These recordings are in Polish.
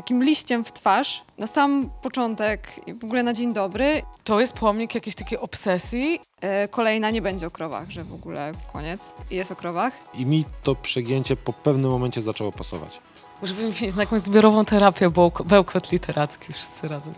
takim liściem w twarz na sam początek i w ogóle na dzień dobry. To jest pomnik jakiejś takiej obsesji. Kolejna nie będzie o krowach, że w ogóle koniec i jest o krowach. I mi to przegięcie po pewnym momencie zaczęło pasować. Może będziemy mieć na jakąś zbiorową terapię, bełkot literacki wszyscy razem.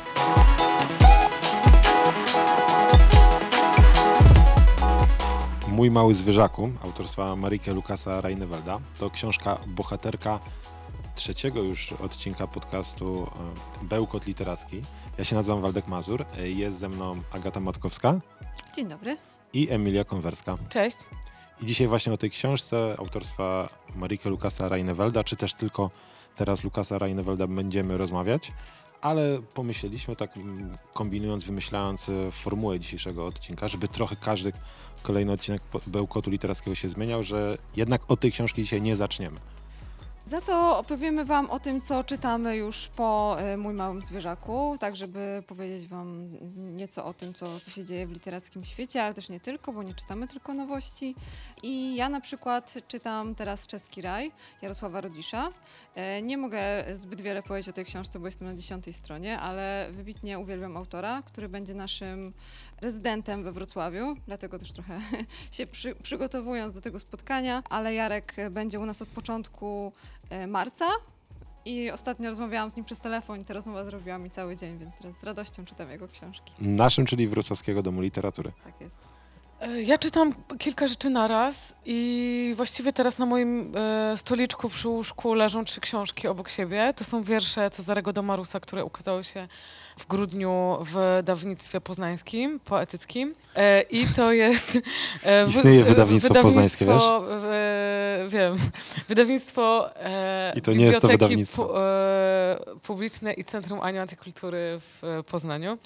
Mój mały zwierzaku, autorstwa Marike Lukasa Reinewelda, to książka bohaterka trzeciego już odcinka podcastu Bełkot Literacki. Ja się nazywam Waldek Mazur, jest ze mną Agata Matkowska. Dzień dobry. I Emilia Konwerska. Cześć. I dzisiaj właśnie o tej książce autorstwa Marike Lukasa Reinewelda, czy też tylko teraz Lukasa Reinewelda będziemy rozmawiać, ale pomyśleliśmy tak kombinując, wymyślając formułę dzisiejszego odcinka, żeby trochę każdy kolejny odcinek Bełkotu Literackiego się zmieniał, że jednak od tej książki dzisiaj nie zaczniemy. Za to opowiemy wam o tym, co czytamy już po Mój małym zwierzaku, tak żeby powiedzieć wam nieco o tym, co się dzieje w literackim świecie, ale też nie tylko, bo nie czytamy tylko nowości. I ja na przykład czytam teraz Czeski Raj Jarosława Rodzisza. Nie mogę zbyt wiele powiedzieć o tej książce, bo jestem na 10. stronie, ale wybitnie uwielbiam autora, który będzie naszym rezydentem we Wrocławiu, dlatego też trochę się przygotowując do tego spotkania, ale Jarek będzie u nas od początku marca i ostatnio rozmawiałam z nim przez telefon i ta rozmowa zrobiła mi cały dzień, więc teraz z radością czytam jego książki. Naszym, czyli Wrocławskiego Domu Literatury. Tak jest. Ja czytam kilka rzeczy naraz i właściwie teraz na moim stoliczku przy łóżku leżą 3 książki obok siebie. To są wiersze Cezarego Domarusa, które ukazały się w grudniu w wydawnictwie poznańskim, poetyckim. I to jest... Istnieje wydawnictwo poznańskie, wiesz? Wiem. Wydawnictwo I to nie jest to wydawnictwo. Publiczne i Centrum Animacji Kultury w Poznaniu.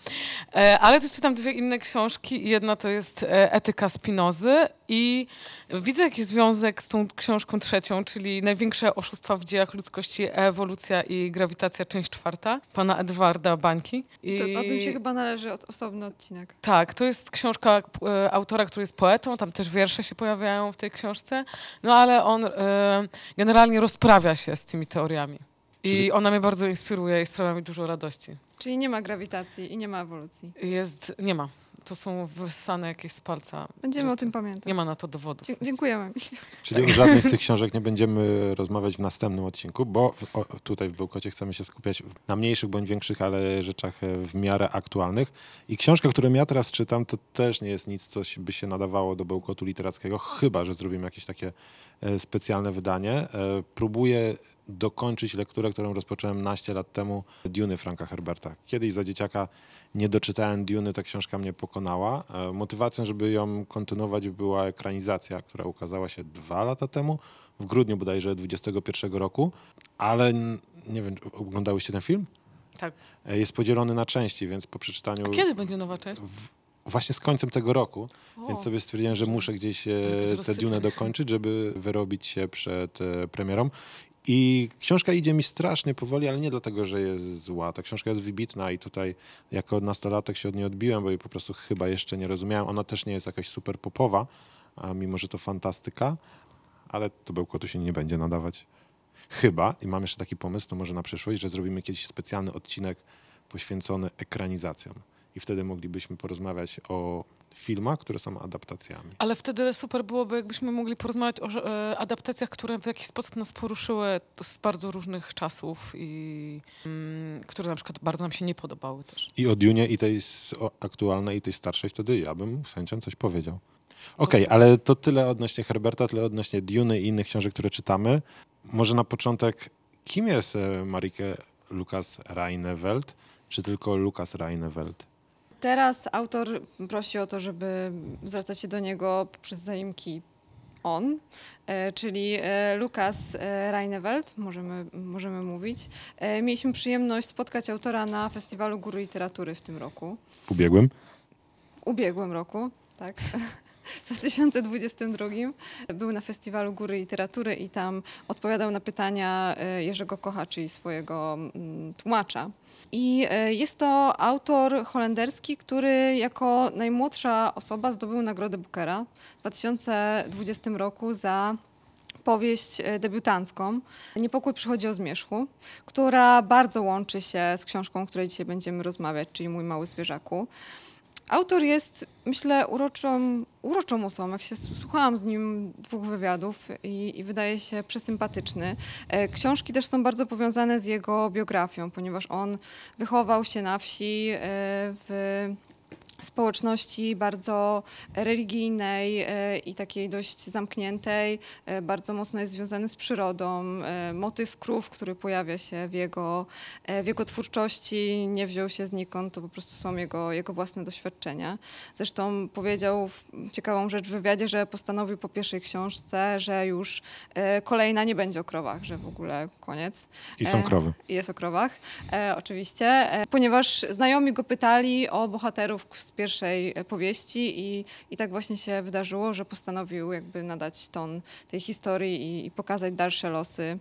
Ale też czytam 2 inne książki i jedna to jest Etyka Spinozy i widzę jakiś związek z tą książką trzecią, czyli Największe oszustwa w dziejach ludzkości, ewolucja i grawitacja, część 4, pana Edwarda Bańki. To o tym się chyba należy osobny odcinek. Tak, to jest książka autora, który jest poetą, tam też wiersze się pojawiają w tej książce, no ale on generalnie rozprawia się z tymi teoriami. I ona mnie bardzo inspiruje i sprawia mi dużo radości. Czyli nie ma grawitacji i nie ma ewolucji. Nie ma. To są wyssane jakieś z palca. Będziemy o tym pamiętać. Nie ma na to dowodów. Dziękujemy. Czyli o żadnej z tych książek nie będziemy rozmawiać w następnym odcinku, bo tutaj w Bełkocie chcemy się skupiać na mniejszych bądź większych, ale rzeczach w miarę aktualnych. I książka, którą ja teraz czytam, to też nie jest nic, co by się nadawało do Bełkotu Literackiego, chyba że zrobimy jakieś takie specjalne wydanie. Próbuję dokończyć lekturę, którą rozpocząłem naście lat temu, Duny Franka Herberta. Kiedyś za dzieciaka nie doczytałem Duny, ta książka mnie pokonała. Motywacją, żeby ją kontynuować, była ekranizacja, która ukazała się 2 lata temu, w grudniu bodajże 2021 roku, ale nie wiem, oglądałyście ten film? Tak. Jest podzielony na części, więc po przeczytaniu... A kiedy będzie nowa część? Właśnie z końcem tego roku, więc sobie stwierdziłem, że muszę gdzieś tę Dunę dokończyć, żeby wyrobić się przed premierą. I książka idzie mi strasznie powoli, ale nie dlatego, że jest zła. Ta książka jest wybitna i tutaj jako nastolatek się od niej odbiłem, bo jej po prostu chyba jeszcze nie rozumiałem. Ona też nie jest jakaś super popowa, a mimo że to fantastyka, ale do Bełkotu się nie będzie nadawać. Chyba, i mam jeszcze taki pomysł, to może na przyszłość, że zrobimy kiedyś specjalny odcinek poświęcony ekranizacjom. I wtedy moglibyśmy porozmawiać o filmach, które są adaptacjami. Ale wtedy super byłoby, jakbyśmy mogli porozmawiać o adaptacjach, które w jakiś sposób nas poruszyły z bardzo różnych czasów i które na przykład bardzo nam się nie podobały też. I o Dunie, i tej aktualnej, i tej starszej, wtedy ja bym z chęcią coś powiedział. Okej, ale to tyle odnośnie Herberta, tyle odnośnie Duny i innych książek, które czytamy. Może na początek, kim jest Marike Lukas Reineweld, czy tylko Lukas Reineweld? Teraz autor prosi o to, żeby zwracać się do niego poprzez zaimki on, czyli Lukas Reineweld, możemy mówić. Mieliśmy przyjemność spotkać autora na Festiwalu Góry Literatury w tym roku. W ubiegłym? W ubiegłym roku, tak. W 2022 był na Festiwalu Góry Literatury i tam odpowiadał na pytania Jerzego Kocha, czyli swojego tłumacza. I jest to autor holenderski, który jako najmłodsza osoba zdobył Nagrodę Bookera w 2020 roku za powieść debiutancką Niepokój przychodzi o zmierzchu, która bardzo łączy się z książką, o której dzisiaj będziemy rozmawiać, czyli Mój mały zwierzaku. Autor jest, myślę, uroczą osobą. Jak się słuchałam z nim 2 wywiadów i wydaje się przesympatyczny. Książki też są bardzo powiązane z jego biografią, ponieważ on wychował się na wsi w społeczności bardzo religijnej i takiej dość zamkniętej. Bardzo mocno jest związany z przyrodą. Motyw krów, który pojawia się w jego twórczości, nie wziął się znikąd, to po prostu są jego własne doświadczenia. Zresztą powiedział ciekawą rzecz w wywiadzie, że postanowił po pierwszej książce, że już kolejna nie będzie o krowach, że w ogóle koniec. I są krowy. Jest o krowach, oczywiście, ponieważ znajomi go pytali o bohaterów z pierwszej powieści i tak właśnie się wydarzyło, że postanowił jakby nadać ton tej historii i pokazać dalsze losy,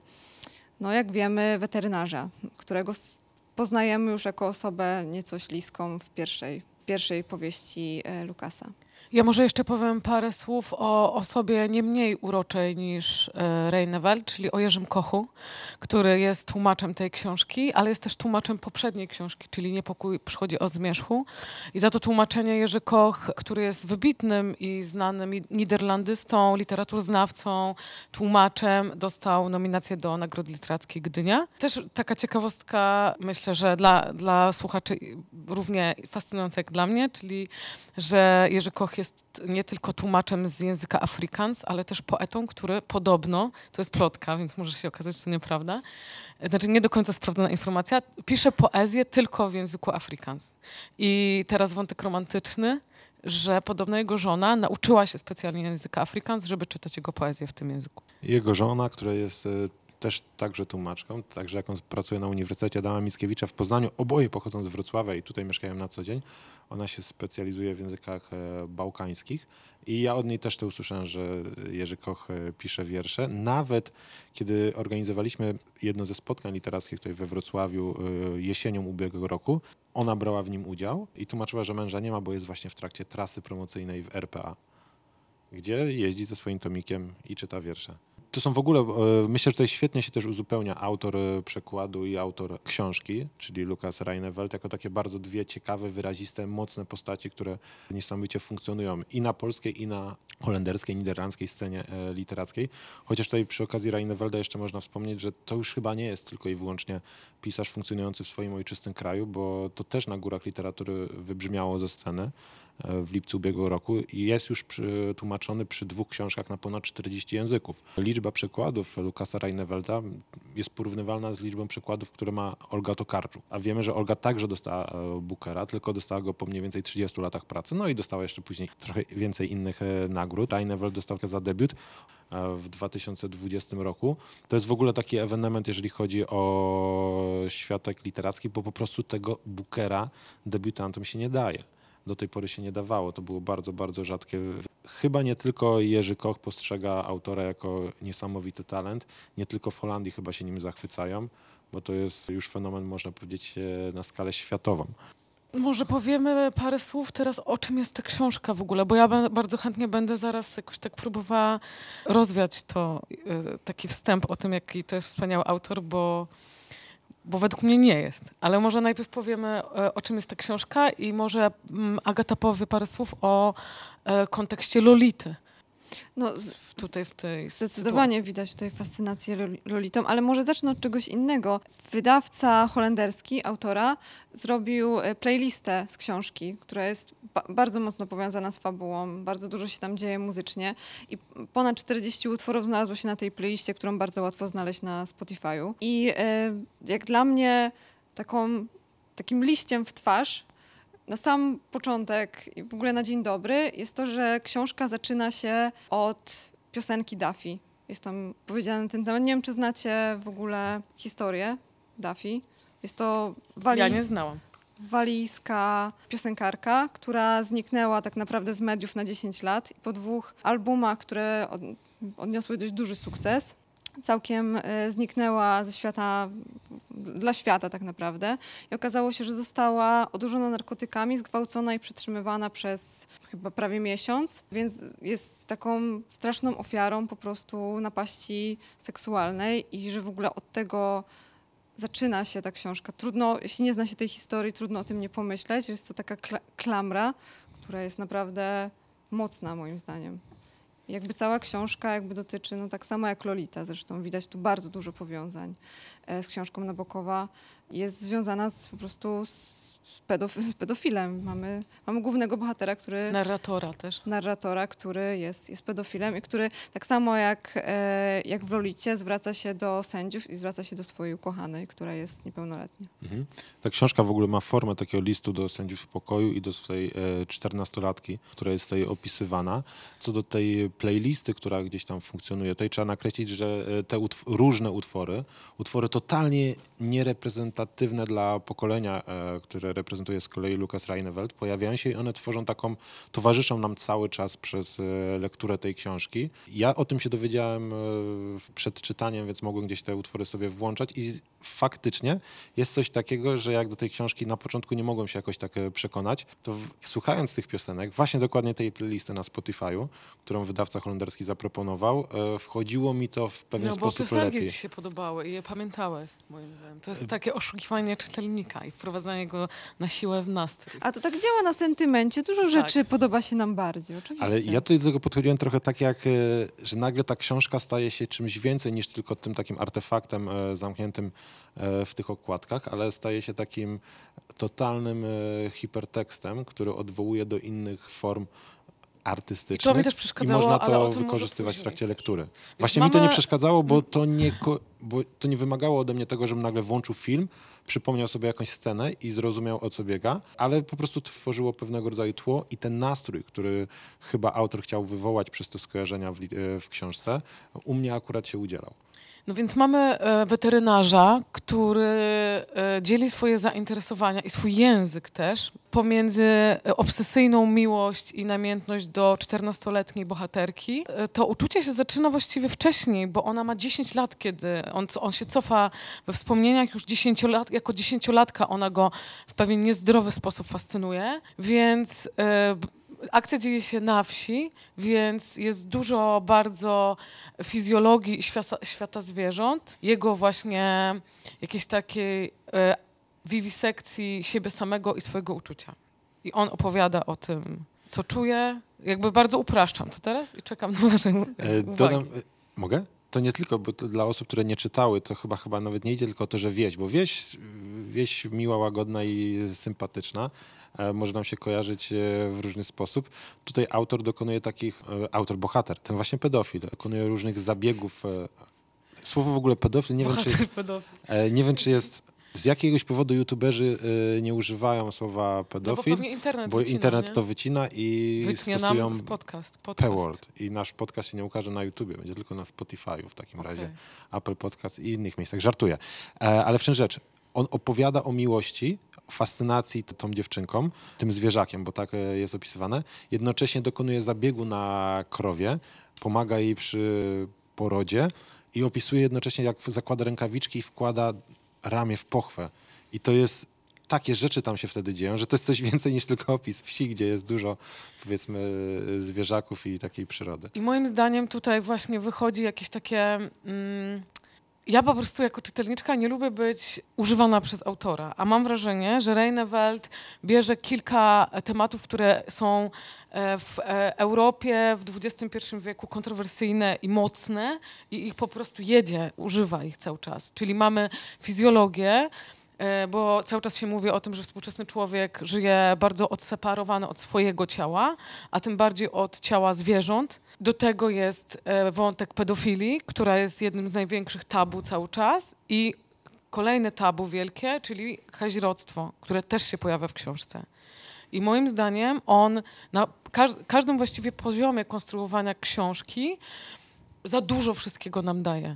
no jak wiemy, weterynarza, którego poznajemy już jako osobę nieco śliską w pierwszej powieści Lukasa. Ja może jeszcze powiem parę słów o osobie nie mniej uroczej niż Reinewald, czyli o Jerzym Kochu, który jest tłumaczem tej książki, ale jest też tłumaczem poprzedniej książki, czyli Niepokój przychodzi o zmierzchu. I za to tłumaczenie Jerzy Koch, który jest wybitnym i znanym niderlandystą, literaturoznawcą, tłumaczem, dostał nominację do Nagrody Literackiej Gdynia. Też taka ciekawostka, myślę, że dla słuchaczy równie fascynująca jak dla mnie, czyli że Jerzy Koch jest nie tylko tłumaczem z języka Afrikaans, ale też poetą, który podobno, to jest plotka, więc może się okazać, że to nieprawda, znaczy nie do końca sprawdzona informacja, pisze poezję tylko w języku Afrikaans. I teraz wątek romantyczny, że podobno jego żona nauczyła się specjalnie języka Afrikaans, żeby czytać jego poezję w tym języku. Jego żona, która jest też także tłumaczką, także jak on pracuje na Uniwersytecie Adama Mickiewicza w Poznaniu, oboje pochodzą z Wrocławia i tutaj mieszkają na co dzień. Ona się specjalizuje w językach bałkańskich i ja od niej też to usłyszałem, że Jerzy Koch pisze wiersze. Nawet kiedy organizowaliśmy jedno ze spotkań literackich tutaj we Wrocławiu jesienią ubiegłego roku, ona brała w nim udział i tłumaczyła, że męża nie ma, bo jest właśnie w trakcie trasy promocyjnej w RPA, gdzie jeździ ze swoim tomikiem i czyta wiersze. To są w ogóle, myślę, że tutaj świetnie się też uzupełnia autor przekładu i autor książki, czyli Lukas Reinewald, jako takie bardzo 2 ciekawe, wyraziste, mocne postaci, które niesamowicie funkcjonują i na polskiej, i na holenderskiej, niderlandzkiej scenie literackiej. Chociaż tutaj przy okazji Reinewalda jeszcze można wspomnieć, że to już chyba nie jest tylko i wyłącznie pisarz funkcjonujący w swoim ojczystym kraju, bo to też na Górach Literatury wybrzmiało ze sceny w lipcu ubiegłego roku i jest już tłumaczony przy 2 książkach na ponad 40 języków. Liczba przekładów Lukasa Reinewalda jest porównywalna z liczbą przekładów, które ma Olga Tokarczuk. A wiemy, że Olga także dostała Bookera, tylko dostała go po mniej więcej 30 latach pracy, no i dostała jeszcze później trochę więcej innych nagród. Reinewald dostał za debiut w 2020 roku. To jest w ogóle taki ewenement, jeżeli chodzi o światek literacki, bo po prostu tego Bookera debiutantom się nie daje. Do tej pory się nie dawało. To było bardzo, bardzo rzadkie. Chyba nie tylko Jerzy Koch postrzega autora jako niesamowity talent, nie tylko w Holandii chyba się nim zachwycają, bo to jest już fenomen, można powiedzieć, na skalę światową. Może powiemy parę słów teraz, o czym jest ta książka w ogóle, bo ja bardzo chętnie będę zaraz jakoś tak próbowała rozwiać to, taki wstęp o tym, jaki to jest wspaniały autor, bo według mnie nie jest. Ale może najpierw powiemy, o czym jest ta książka i może Agata powie parę słów o kontekście Lolity. No, Tutaj w tej zdecydowanie sytuacji. widać tutaj fascynację Lolitą, ale może zacznę od czegoś innego. Wydawca holenderski, autora, zrobił playlistę z książki, która jest bardzo mocno powiązana z fabułą, bardzo dużo się tam dzieje muzycznie i ponad 40 utworów znalazło się na tej playliście, którą bardzo łatwo znaleźć na Spotify'u. I jak dla mnie takim liściem w twarz na sam początek i w ogóle na dzień dobry jest to, że książka zaczyna się od piosenki Daffy. Jest tam powiedziane na ten temat. Nie wiem, czy znacie w ogóle historię Daffy. Jest to Ja nie znałam. walijska piosenkarka, która zniknęła tak naprawdę z mediów na 10 lat i po 2 albumach, które odniosły dość duży sukces, całkiem zniknęła ze świata, dla świata tak naprawdę. I okazało się, że została odurzona narkotykami, zgwałcona i przetrzymywana przez chyba prawie miesiąc, więc jest taką straszną ofiarą po prostu napaści seksualnej i że w ogóle od tego zaczyna się ta książka. Trudno, jeśli nie zna się tej historii, trudno o tym nie pomyśleć, że jest to taka klamra, która jest naprawdę mocna moim zdaniem. Jakby cała książka jakby dotyczy, no tak samo jak Lolita zresztą, widać tu bardzo dużo powiązań z książką Nabokowa. Jest związana po prostu z pedofilem. Mamy głównego bohatera, który... Narratora, który jest pedofilem i który tak samo jak w Lolicie zwraca się do sędziów i zwraca się do swojej ukochanej, która jest niepełnoletnia. Mhm. Ta książka w ogóle ma formę takiego listu do sędziów pokoju i do swojej 14-latki, która jest tutaj opisywana. Co do tej playlisty, która gdzieś tam funkcjonuje, tutaj trzeba nakreślić, że te różne utwory totalnie niereprezentatywne dla pokolenia, które reprezentuje z kolei Lukas Reineveld, pojawiają się i one towarzyszą nam cały czas przez lekturę tej książki. Ja o tym się dowiedziałem przed czytaniem, więc mogłem gdzieś te utwory sobie włączać i faktycznie jest coś takiego, że jak do tej książki na początku nie mogłem się jakoś tak przekonać, to słuchając tych piosenek, właśnie dokładnie tej playlisty na Spotify'u, którą wydawca holenderski zaproponował, wchodziło mi to w pewien sposób lepiej. No bo piosenki ci się podobały i je pamiętałeś, moim zdaniem. To jest takie oszukiwanie czytelnika i wprowadzanie go na siłę w nastrój. A to tak działa na sentymencie. Dużo rzeczy podoba się nam bardziej, oczywiście. Ale ja tutaj do tego podchodziłem trochę tak jak, że nagle ta książka staje się czymś więcej niż tylko tym takim artefaktem zamkniętym w tych okładkach, ale staje się takim totalnym hipertekstem, który odwołuje do innych form artystycznych. I to mi też przeszkadzało, i można ale to o tym wykorzystywać w może trakcie później. lektury. Właśnie mi to nie przeszkadzało, bo to nie wymagało ode mnie tego, żebym nagle włączył film, przypomniał sobie jakąś scenę i zrozumiał, o co biega, ale po prostu tworzyło pewnego rodzaju tło i ten nastrój, który chyba autor chciał wywołać przez te skojarzenia w książce, u mnie akurat się udzielał. No więc mamy weterynarza, który dzieli swoje zainteresowania i swój język też pomiędzy obsesyjną miłość i namiętność do 14-letniej bohaterki. To uczucie się zaczyna właściwie wcześniej, bo ona ma 10 lat, kiedy on się cofa we wspomnieniach już jako 10-latka ona go w pewien niezdrowy sposób fascynuje, więc akcja dzieje się na wsi, więc jest dużo bardzo fizjologii i świata zwierząt. Jego właśnie jakiejś takiej wiwisekcji siebie samego i swojego uczucia. I on opowiada o tym, co czuje. Jakby bardzo upraszczam to teraz i czekam na waszą uwagę. Mogę? To nie tylko, bo to dla osób, które nie czytały, to chyba nawet nie idzie tylko o to, że wieś, bo wieś miła, łagodna i sympatyczna. Może nam się kojarzyć w różny sposób. Tutaj autor dokonuje bohater, ten właśnie pedofil, dokonuje różnych zabiegów. Słowo w ogóle pedofil, nie wiem, czy jest z jakiegoś powodu youtuberzy nie używają słowa pedofil, bo internet to wycina i wytnie stosują nam podcast. P-word i nasz podcast się nie ukaże na YouTubie, będzie tylko na Spotify'u w takim razie, Apple Podcast i innych miejscach. Żartuję. Ale w czym rzecz? On opowiada o miłości, fascynacji tą dziewczynką, tym zwierzakiem, bo tak jest opisywane. Jednocześnie dokonuje zabiegu na krowie, pomaga jej przy porodzie i opisuje jednocześnie, jak zakłada rękawiczki i wkłada ramię w pochwę. I to jest takie rzeczy tam się wtedy dzieją, że to jest coś więcej niż tylko opis wsi, gdzie jest dużo, powiedzmy, zwierzaków i takiej przyrody. I moim zdaniem tutaj właśnie wychodzi jakieś takie... Ja po prostu jako czytelniczka nie lubię być używana przez autora, a mam wrażenie, że Reineveld bierze kilka tematów, które są w Europie w XXI wieku kontrowersyjne i mocne i ich po prostu używa ich cały czas. Czyli mamy fizjologię, bo cały czas się mówi o tym, że współczesny człowiek żyje bardzo odseparowany od swojego ciała, a tym bardziej od ciała zwierząt. Do tego jest wątek pedofilii, która jest jednym z największych tabu cały czas i kolejne tabu wielkie, czyli kazirodztwo, które też się pojawia w książce. I moim zdaniem on na każdym właściwie poziomie konstruowania książki za dużo wszystkiego nam daje.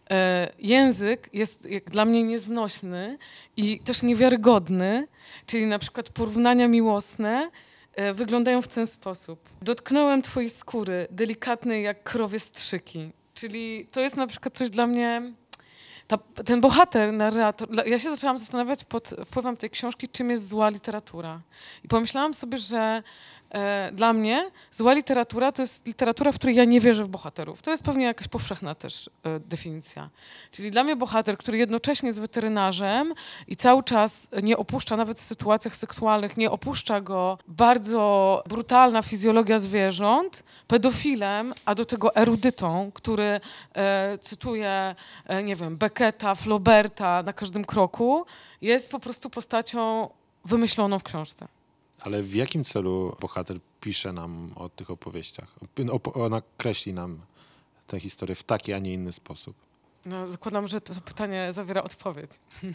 Język jest dla mnie nieznośny i też niewiarygodny, czyli na przykład porównania miłosne wyglądają w ten sposób. Dotknąłem twojej skóry, delikatnej jak krowie strzyki. Czyli to jest na przykład coś dla mnie... Ten bohater, narrator... Ja się zaczęłam zastanawiać pod wpływem tej książki, czym jest zła literatura. I pomyślałam sobie, że dla mnie zła literatura to jest literatura, w której ja nie wierzę w bohaterów. To jest pewnie jakaś powszechna też definicja. Czyli dla mnie bohater, który jednocześnie jest weterynarzem i cały czas nie opuszcza, nawet w sytuacjach seksualnych, nie opuszcza go bardzo brutalna fizjologia zwierząt, pedofilem, a do tego erudytą, który cytuje, nie wiem, Becketa, Flauberta na każdym kroku, jest po prostu postacią wymyśloną w książce. Ale w jakim celu bohater pisze nam o tych opowieściach? Ona kreśli nam tę historię w taki, a nie inny sposób. No, zakładam, że to pytanie zawiera odpowiedź.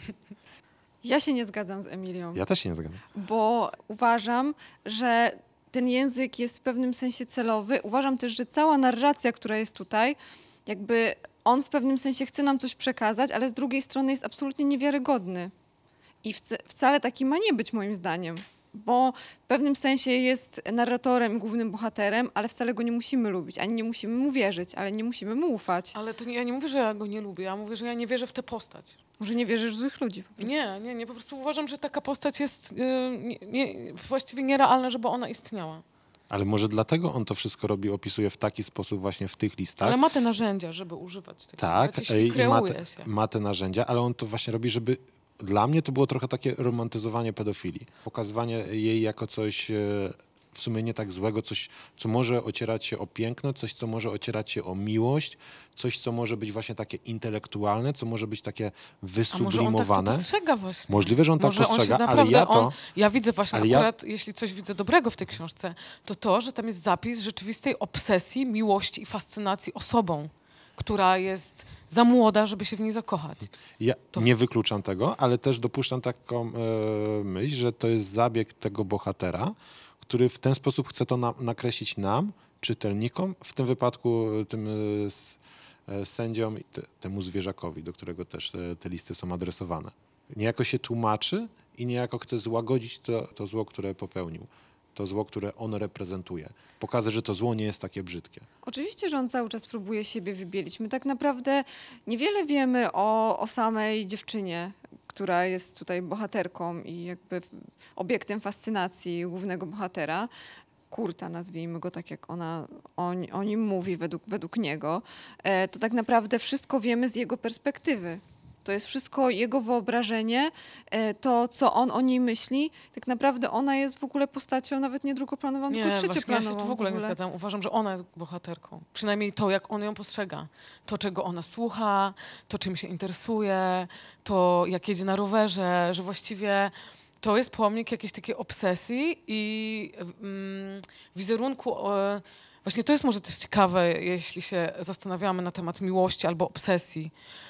Ja się nie zgadzam z Emilią, Ja też się nie zgadzam. bo uważam, że ten język jest w pewnym sensie celowy. Uważam też, że cała narracja, która jest tutaj, jakby on w pewnym sensie chce nam coś przekazać, ale z drugiej strony jest absolutnie niewiarygodny. I wcale taki ma nie być, moim zdaniem. Bo w pewnym sensie jest narratorem, głównym bohaterem, ale wcale go nie musimy lubić, ani nie musimy mu wierzyć, ale nie musimy mu ufać. Ale to ja nie mówię, że ja go nie lubię, ja mówię, że ja nie wierzę w tę postać. Może nie wierzysz w złych ludzi po prostu. Nie, po prostu uważam, że taka postać jest właściwie nierealna, żeby ona istniała. Ale może dlatego on to wszystko robi, opisuje w taki sposób właśnie w tych listach. Ale ma te narzędzia, żeby używać tego. Tak, nawet jeśli i kreuje się. ma te narzędzia, ale on to właśnie robi, żeby... Dla mnie to było trochę takie romantyzowanie pedofilii. Pokazywanie jej jako coś w sumie nie tak złego, coś, co może ocierać się o piękno, coś, co może ocierać się o miłość, coś, co może być właśnie takie intelektualne, co może być takie A może wysublimowane. on tak to postrzega właśnie. Możliwe, że on tak Może on się postrzega, ale naprawdę, ja to... ja widzę właśnie ale akurat, jeśli coś widzę dobrego w tej książce, to, że tam jest zapis rzeczywistej obsesji, miłości i fascynacji osobą, która jest za młoda, żeby się w niej zakochać. Ja To- nie wykluczam tego, ale też dopuszczam taką myśl, że to jest zabieg tego bohatera, który w ten sposób chce to nakreślić nam, czytelnikom, w tym wypadku tym sędziom i temu zwierzakowi, do którego też te listy są adresowane. Niejako się tłumaczy i niejako chce złagodzić to zło, które popełnił. To zło, które on reprezentuje. Pokazać, że to zło nie jest takie brzydkie. Oczywiście, że on cały czas próbuje siebie wybielić. My tak naprawdę niewiele wiemy o samej dziewczynie, która jest tutaj bohaterką i jakby obiektem fascynacji głównego bohatera. Kurta, nazwijmy go tak, jak o nim mówi według niego. To tak naprawdę wszystko wiemy z jego perspektywy. To jest wszystko jego wyobrażenie, to, co on o niej myśli. Tak naprawdę ona jest w ogóle postacią nawet nie drugoplanową, Nie, tylko właśnie ja trzecioplanową. się tu w ogóle nie zgadzam. Uważam, że ona jest bohaterką. Przynajmniej to, jak on ją postrzega. To, czego ona słucha, to, czym się interesuje, to, jak jedzie na rowerze, że właściwie to jest pomnik jakiejś takiej obsesji i wizerunku... Właśnie to jest może też ciekawe, jeśli się zastanawiamy na temat miłości albo obsesji,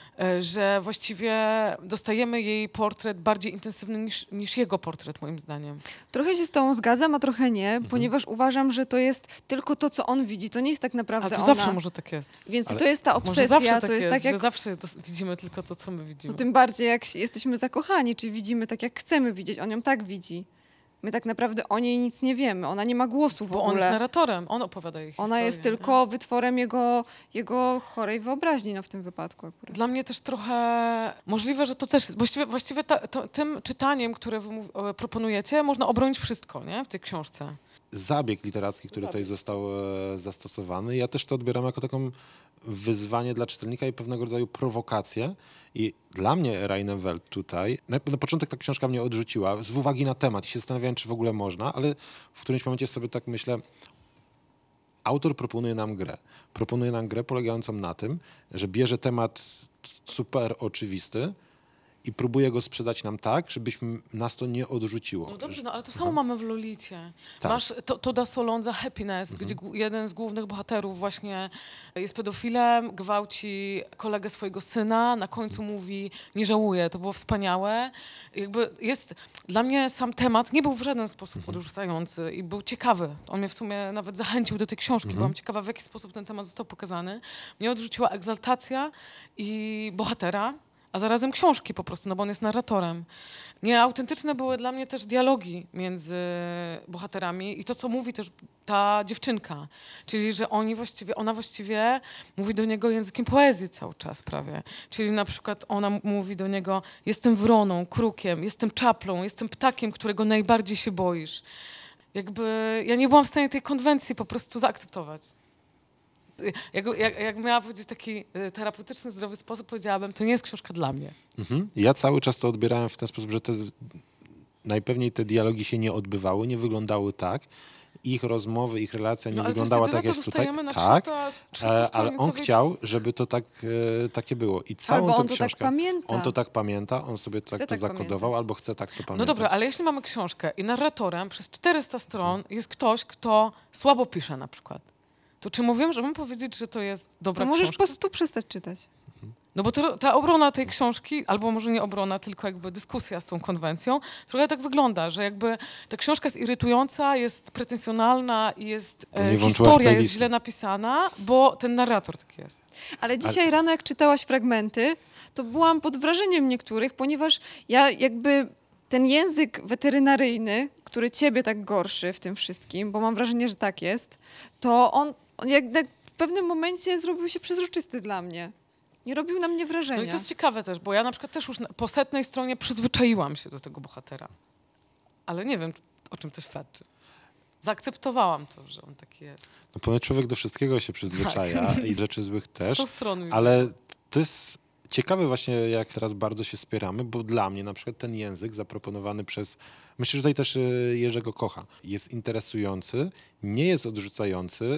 że właściwie dostajemy jej portret bardziej intensywny niż jego portret, moim zdaniem. Trochę się z tą zgadzam, a trochę nie, ponieważ uważam, że to jest tylko to, co on widzi. To nie jest tak Ale naprawdę to ona. zawsze może tak jest. Więc Ale to jest ta Może obsesja, zawsze tak to jest tak że jak... zawsze widzimy tylko to, co my widzimy. To tym bardziej jak jesteśmy zakochani, czy widzimy tak, jak chcemy widzieć. On ją tak widzi. My tak naprawdę o niej nic nie wiemy. Ona nie ma głosu w Bo on jest ogóle. narratorem, on opowiada jej historię. Ona jest tylko wytworem jego chorej wyobraźni, no w tym wypadku akurat. Dla mnie też trochę możliwe, że to też właściwie tym czytaniem, które wy proponujecie, można obronić wszystko, nie? W tej książce. Zabieg literacki, który tutaj został zastosowany. Ja też to odbieram jako taką wyzwanie dla czytelnika i pewnego rodzaju prowokację. I dla mnie Rainer Welt tutaj, na początek ta książka mnie odrzuciła z uwagi na temat i się zastanawiałem, czy w ogóle można, ale w którymś momencie sobie tak myślę, autor proponuje nam grę. Proponuje nam grę polegającą na tym, że bierze temat super oczywisty i próbuje go sprzedać nam tak, żebyśmy nas to nie odrzuciło. No dobrze, no ale to samo mamy w Lolicie. Tak. Masz Toda Solondza Happiness, gdzie jeden z głównych bohaterów właśnie jest pedofilem, gwałci kolegę swojego syna, na końcu mówi, nie żałuję, to było wspaniałe. Jakby jest, dla mnie sam temat nie był w żaden sposób odrzucający i był ciekawy. On mnie w sumie nawet zachęcił do tej książki. Byłam ciekawa, w jaki sposób ten temat został pokazany. Mnie odrzuciła egzaltacja i bohatera, a zarazem książki po prostu, no bo on jest narratorem. Nieautentyczne były dla mnie też dialogi między bohaterami i to, co mówi też ta dziewczynka. Czyli, że ona właściwie mówi do niego językiem poezji cały czas prawie. Czyli na przykład ona mówi do niego: jestem wroną, krukiem, jestem czaplą, jestem ptakiem, którego najbardziej się boisz. Jakby ja nie byłam w stanie tej konwencji po prostu zaakceptować. Jak miała powiedzieć taki terapeutyczny, zdrowy sposób, powiedziałabym, to nie jest książka dla mnie. Ja cały czas to odbierałem w ten sposób, że najpewniej te dialogi się nie odbywały, nie wyglądały tak. Ich rozmowy, ich relacja nie wyglądała tak jak tutaj. Tak, ale on chciał, żeby to takie było. I całą Albo tą on to tak książkę, pamięta. on to tak pamięta, on sobie Chce to tak zakodował, pamiętać. albo chce tak to pamiętać. No dobra, ale jeśli mamy książkę i narratorem przez 400 stron jest ktoś, kto słabo pisze na przykład, to czy możemy powiedzieć, że to jest dobra To możesz książka? po prostu przestać czytać. No bo ta obrona tej książki, albo może nie obrona, tylko jakby dyskusja z tą konwencją, trochę tak wygląda, że jakby ta książka jest irytująca, jest pretensjonalna i jest nie włączyłaś historia jest playlisty. źle napisana, bo ten narrator taki jest. Ale dzisiaj rano, jak czytałaś fragmenty, to byłam pod wrażeniem niektórych, ponieważ ja jakby ten język weterynaryjny, który ciebie tak gorszy w tym wszystkim, bo mam wrażenie, że tak jest, to on jednak w pewnym momencie zrobił się przezroczysty dla mnie. Nie robił na mnie wrażenia. No i to jest ciekawe też, bo ja na przykład też już po 100 stronie przyzwyczaiłam się do tego bohatera. Ale nie wiem, o czym to świadczy. Zaakceptowałam to, że on taki jest. No ponieważ człowiek do wszystkiego się przyzwyczaja i rzeczy złych też, 100 stron. ale to jest ciekawe właśnie, jak teraz bardzo się spieramy, bo dla mnie na przykład ten język zaproponowany myślę, że tutaj też Jerzego Kocha, jest interesujący, nie jest odrzucający.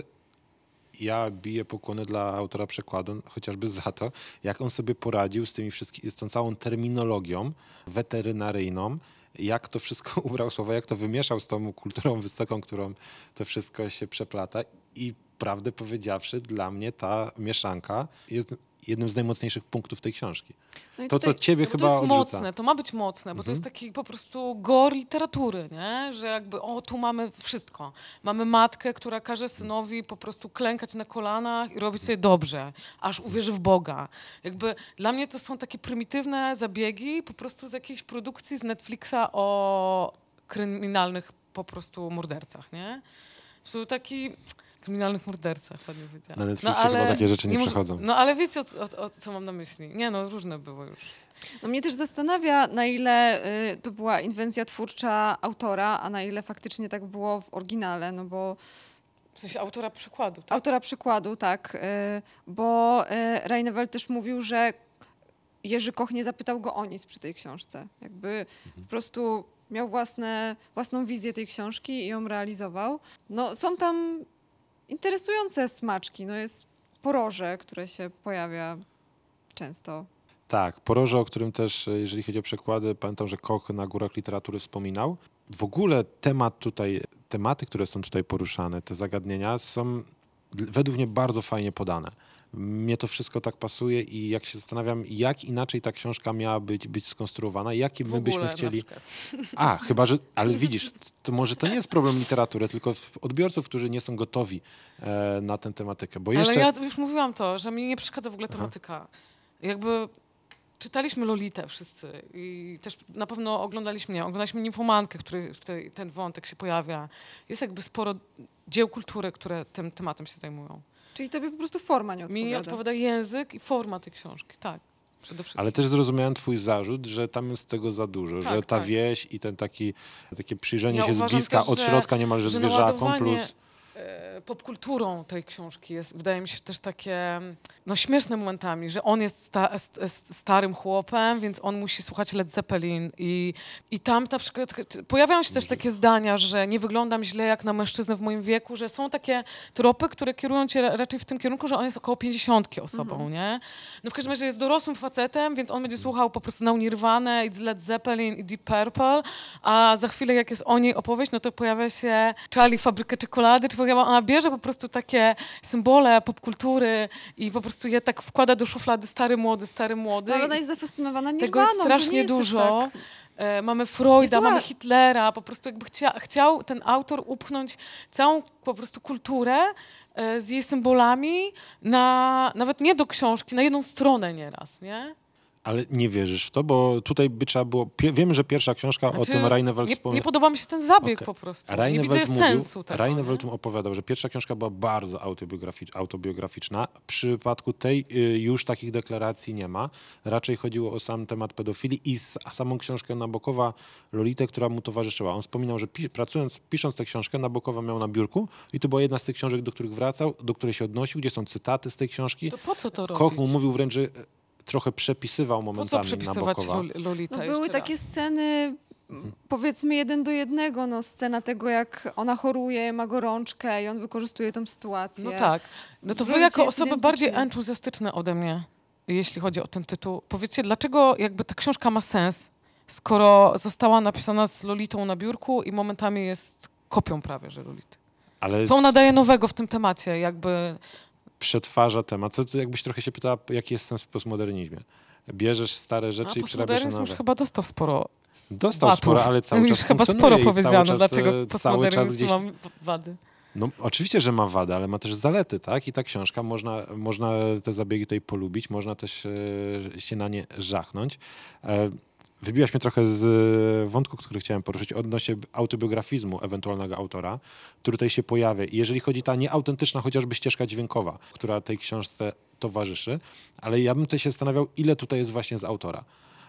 Ja biję pokłony dla autora przekładu, chociażby za to, jak on sobie poradził z tą całą terminologią weterynaryjną, jak to wszystko ubrał słowa, jak to wymieszał z tą kulturą wysoką, którą to wszystko się przeplata. I prawdę powiedziawszy, dla mnie ta mieszanka jest jednym z najmocniejszych punktów tej książki. No i To, tutaj- co ciebie No bo chyba to jest odrzuca. mocne, to ma być mocne, bo to jest taki po prostu gore literatury, nie? Że jakby, tu mamy wszystko. Mamy matkę, która każe synowi po prostu klękać na kolanach i robić sobie dobrze, aż uwierzy w Boga. Jakby dla mnie to są takie prymitywne zabiegi po prostu z jakiejś produkcji z Netflixa o kryminalnych po prostu mordercach, nie? Są taki... Kryminalnych mordercach, ładnie powiedziałam. Na Netflixie chyba takie rzeczy nie przechodzą. No ale wiecie, co mam na myśli? Nie no, różne były już. No mnie też zastanawia, na ile to była inwencja twórcza autora, a na ile faktycznie tak było w oryginale, no bo W sensie autora przekładu. Tak? autora przykładu, tak, bo Reinewald też mówił, że Jerzy Koch nie zapytał go o nic przy tej książce. Jakby po prostu miał własną wizję tej książki i ją realizował. No są tam interesujące smaczki, no jest poroże, które się pojawia często. Tak, Poroże, o którym też, jeżeli chodzi o przekłady, pamiętam, że Koch na Górach Literatury wspominał. W ogóle tematy, które są tutaj poruszane, te zagadnienia są według mnie bardzo fajnie podane. Mnie to wszystko tak pasuje i jak się zastanawiam, jak inaczej ta książka miała być skonstruowana, jakie my byśmy chcieli... Chyba, że... Ale widzisz, to może to nie jest problem literatury, tylko odbiorców, którzy nie są gotowi na tę tematykę. Bo jeszcze... Ale ja już mówiłam to, że mi nie przeszkadza w ogóle tematyka. Jakby czytaliśmy Lolitę wszyscy i też na pewno oglądaliśmy Nimfomankę, w której ten wątek się pojawia. Jest jakby sporo dzieł kultury, które tym tematem się zajmują. Czyli tobie po prostu forma nie Mi odpowiada. odpowiada język i forma tej książki, tak. Przede wszystkim. Ale też zrozumiałem twój zarzut, że tam jest tego za dużo, Tak, że ta tak. wieś i takie przyjrzenie Ja się z uważam bliska też, od środka niemalże że zwierzakom naładowanie plus... popkulturą tej książki jest, wydaje mi się, też takie śmieszne momentami, że on jest starym chłopem, więc on musi słuchać Led Zeppelin i tam na przykład pojawiają się też takie zdania, że nie wyglądam źle jak na mężczyznę w moim wieku, że są takie tropy, które kierują cię raczej w tym kierunku, że on jest około 50 osobą, nie? No w każdym razie jest dorosłym facetem, więc on będzie słuchał po prostu na Nirvanę i Led Zeppelin i Deep Purple, a za chwilę jak jest o niej opowieść, no to pojawia się Charlie Fabrykę Czekolady, czy ona bierze po prostu takie symbole popkultury i po prostu je tak wkłada do szuflady stary, młody. No, ale ona jest zafascynowana Nirwaną. Tego jest to nie strasznie jest też dużo. Tak. Mamy Freuda, Jest mamy ła- Hitlera, po prostu jakby chciał ten autor upchnąć całą po prostu kulturę z jej symbolami nawet nie do książki, na jedną stronę nieraz, nie? Ale nie wierzysz w to, bo tutaj by trzeba było... Wiemy, że pierwsza książka o tym Reinewald nie podoba mi się ten zabieg po prostu. Nie widzę sensu tego. Reinewald opowiadał, że pierwsza książka była bardzo autobiograficzna. W przypadku tej już takich deklaracji nie ma. Raczej chodziło o sam temat pedofilii i samą książkę Nabokowa, Lolitę, która mu towarzyszyła. On wspominał, że pisząc tę książkę, Nabokowa miał na biurku i to była jedna z tych książek, do których wracał, do której się odnosił, gdzie są cytaty z tej książki. To po co to robić? Koch mu mówił wręcz, że trochę przepisywał Po co momentami przepisywać Nabokowa. Lolitę? No były takie sceny, powiedzmy 1:1, no scena tego, jak ona choruje, ma gorączkę i on wykorzystuje tą sytuację. No tak. No to wy Ludzie jako jest osoby identyczny. bardziej entuzjastyczne ode mnie, jeśli chodzi o ten tytuł, powiedzcie, dlaczego jakby ta książka ma sens, skoro została napisana z Lolitą na biurku i momentami jest kopią prawie, że Lolity. Ale Co ona daje nowego w tym temacie? Jakby... przetwarza temat. To jakbyś trochę się pytała, jaki jest sens w postmodernizmie. Bierzesz stare rzeczy i przerabiasz na postmodernizm już nowe. chyba dostał sporo Dostał watów. sporo, ale cały czas Już chyba funkcjonuje sporo i cały powiedziano, czas, dlaczego cały czas postmodernizm gdzieś... ma wady. No oczywiście, że ma wady, ale ma też zalety, tak? I ta książka, można te zabiegi tutaj polubić, można też się na nie żachnąć. Wybiłaś mnie trochę z wątku, który chciałem poruszyć odnośnie autobiografizmu ewentualnego autora, który tutaj się pojawia. I jeżeli chodzi ta nieautentyczna chociażby ścieżka dźwiękowa, która tej książce towarzyszy, ale ja bym tutaj się zastanawiał, ile tutaj jest właśnie z autora.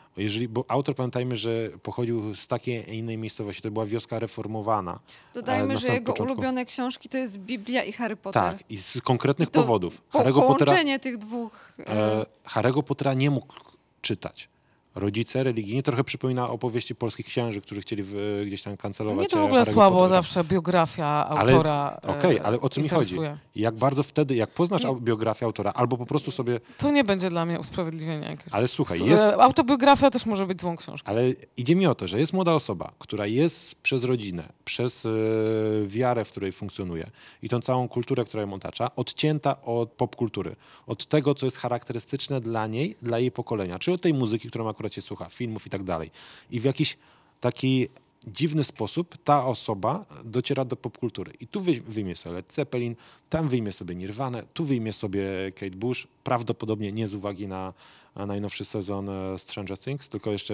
Bo autor, pamiętajmy, że pochodził z takiej, a innej miejscowości. To była wioska reformowana. Dodajmy, na że samym jego początku. ulubione książki to jest Biblia i Harry Potter. Tak, i z konkretnych I to powodów. Harry'ego Połączenie tych dwóch... Harry'ego Pottera nie mógł czytać. Rodzice religijni trochę przypomina opowieści polskich księży, którzy chcieli gdzieś tam kancelować. Mnie to w ogóle Harry'ego słabo Pottera. zawsze biografia autora Okej, ale o co mi chodzi? interesuje. Jak bardzo wtedy, jak poznasz Nie. biografię autora, albo po prostu sobie... To nie będzie dla mnie usprawiedliwienia jakiegoś. Ale słuchaj, jest... Autobiografia też może być złą książką. Ale idzie mi o to, że jest młoda osoba, która jest przez rodzinę, przez wiarę, w której funkcjonuje i tą całą kulturę, która ją otacza, odcięta od popkultury, od tego, co jest charakterystyczne dla niej, dla jej pokolenia, czyli od tej muzyki, którą akurat się słucha, filmów i tak dalej. I w jakiś taki dziwny sposób ta osoba dociera do popkultury. I tu wyjmie sobie Led Zeppelin, tam wyjmie sobie Nirvanę, tu wyjmie sobie Kate Bush, prawdopodobnie nie z uwagi na najnowszy sezon Stranger Things, tylko jeszcze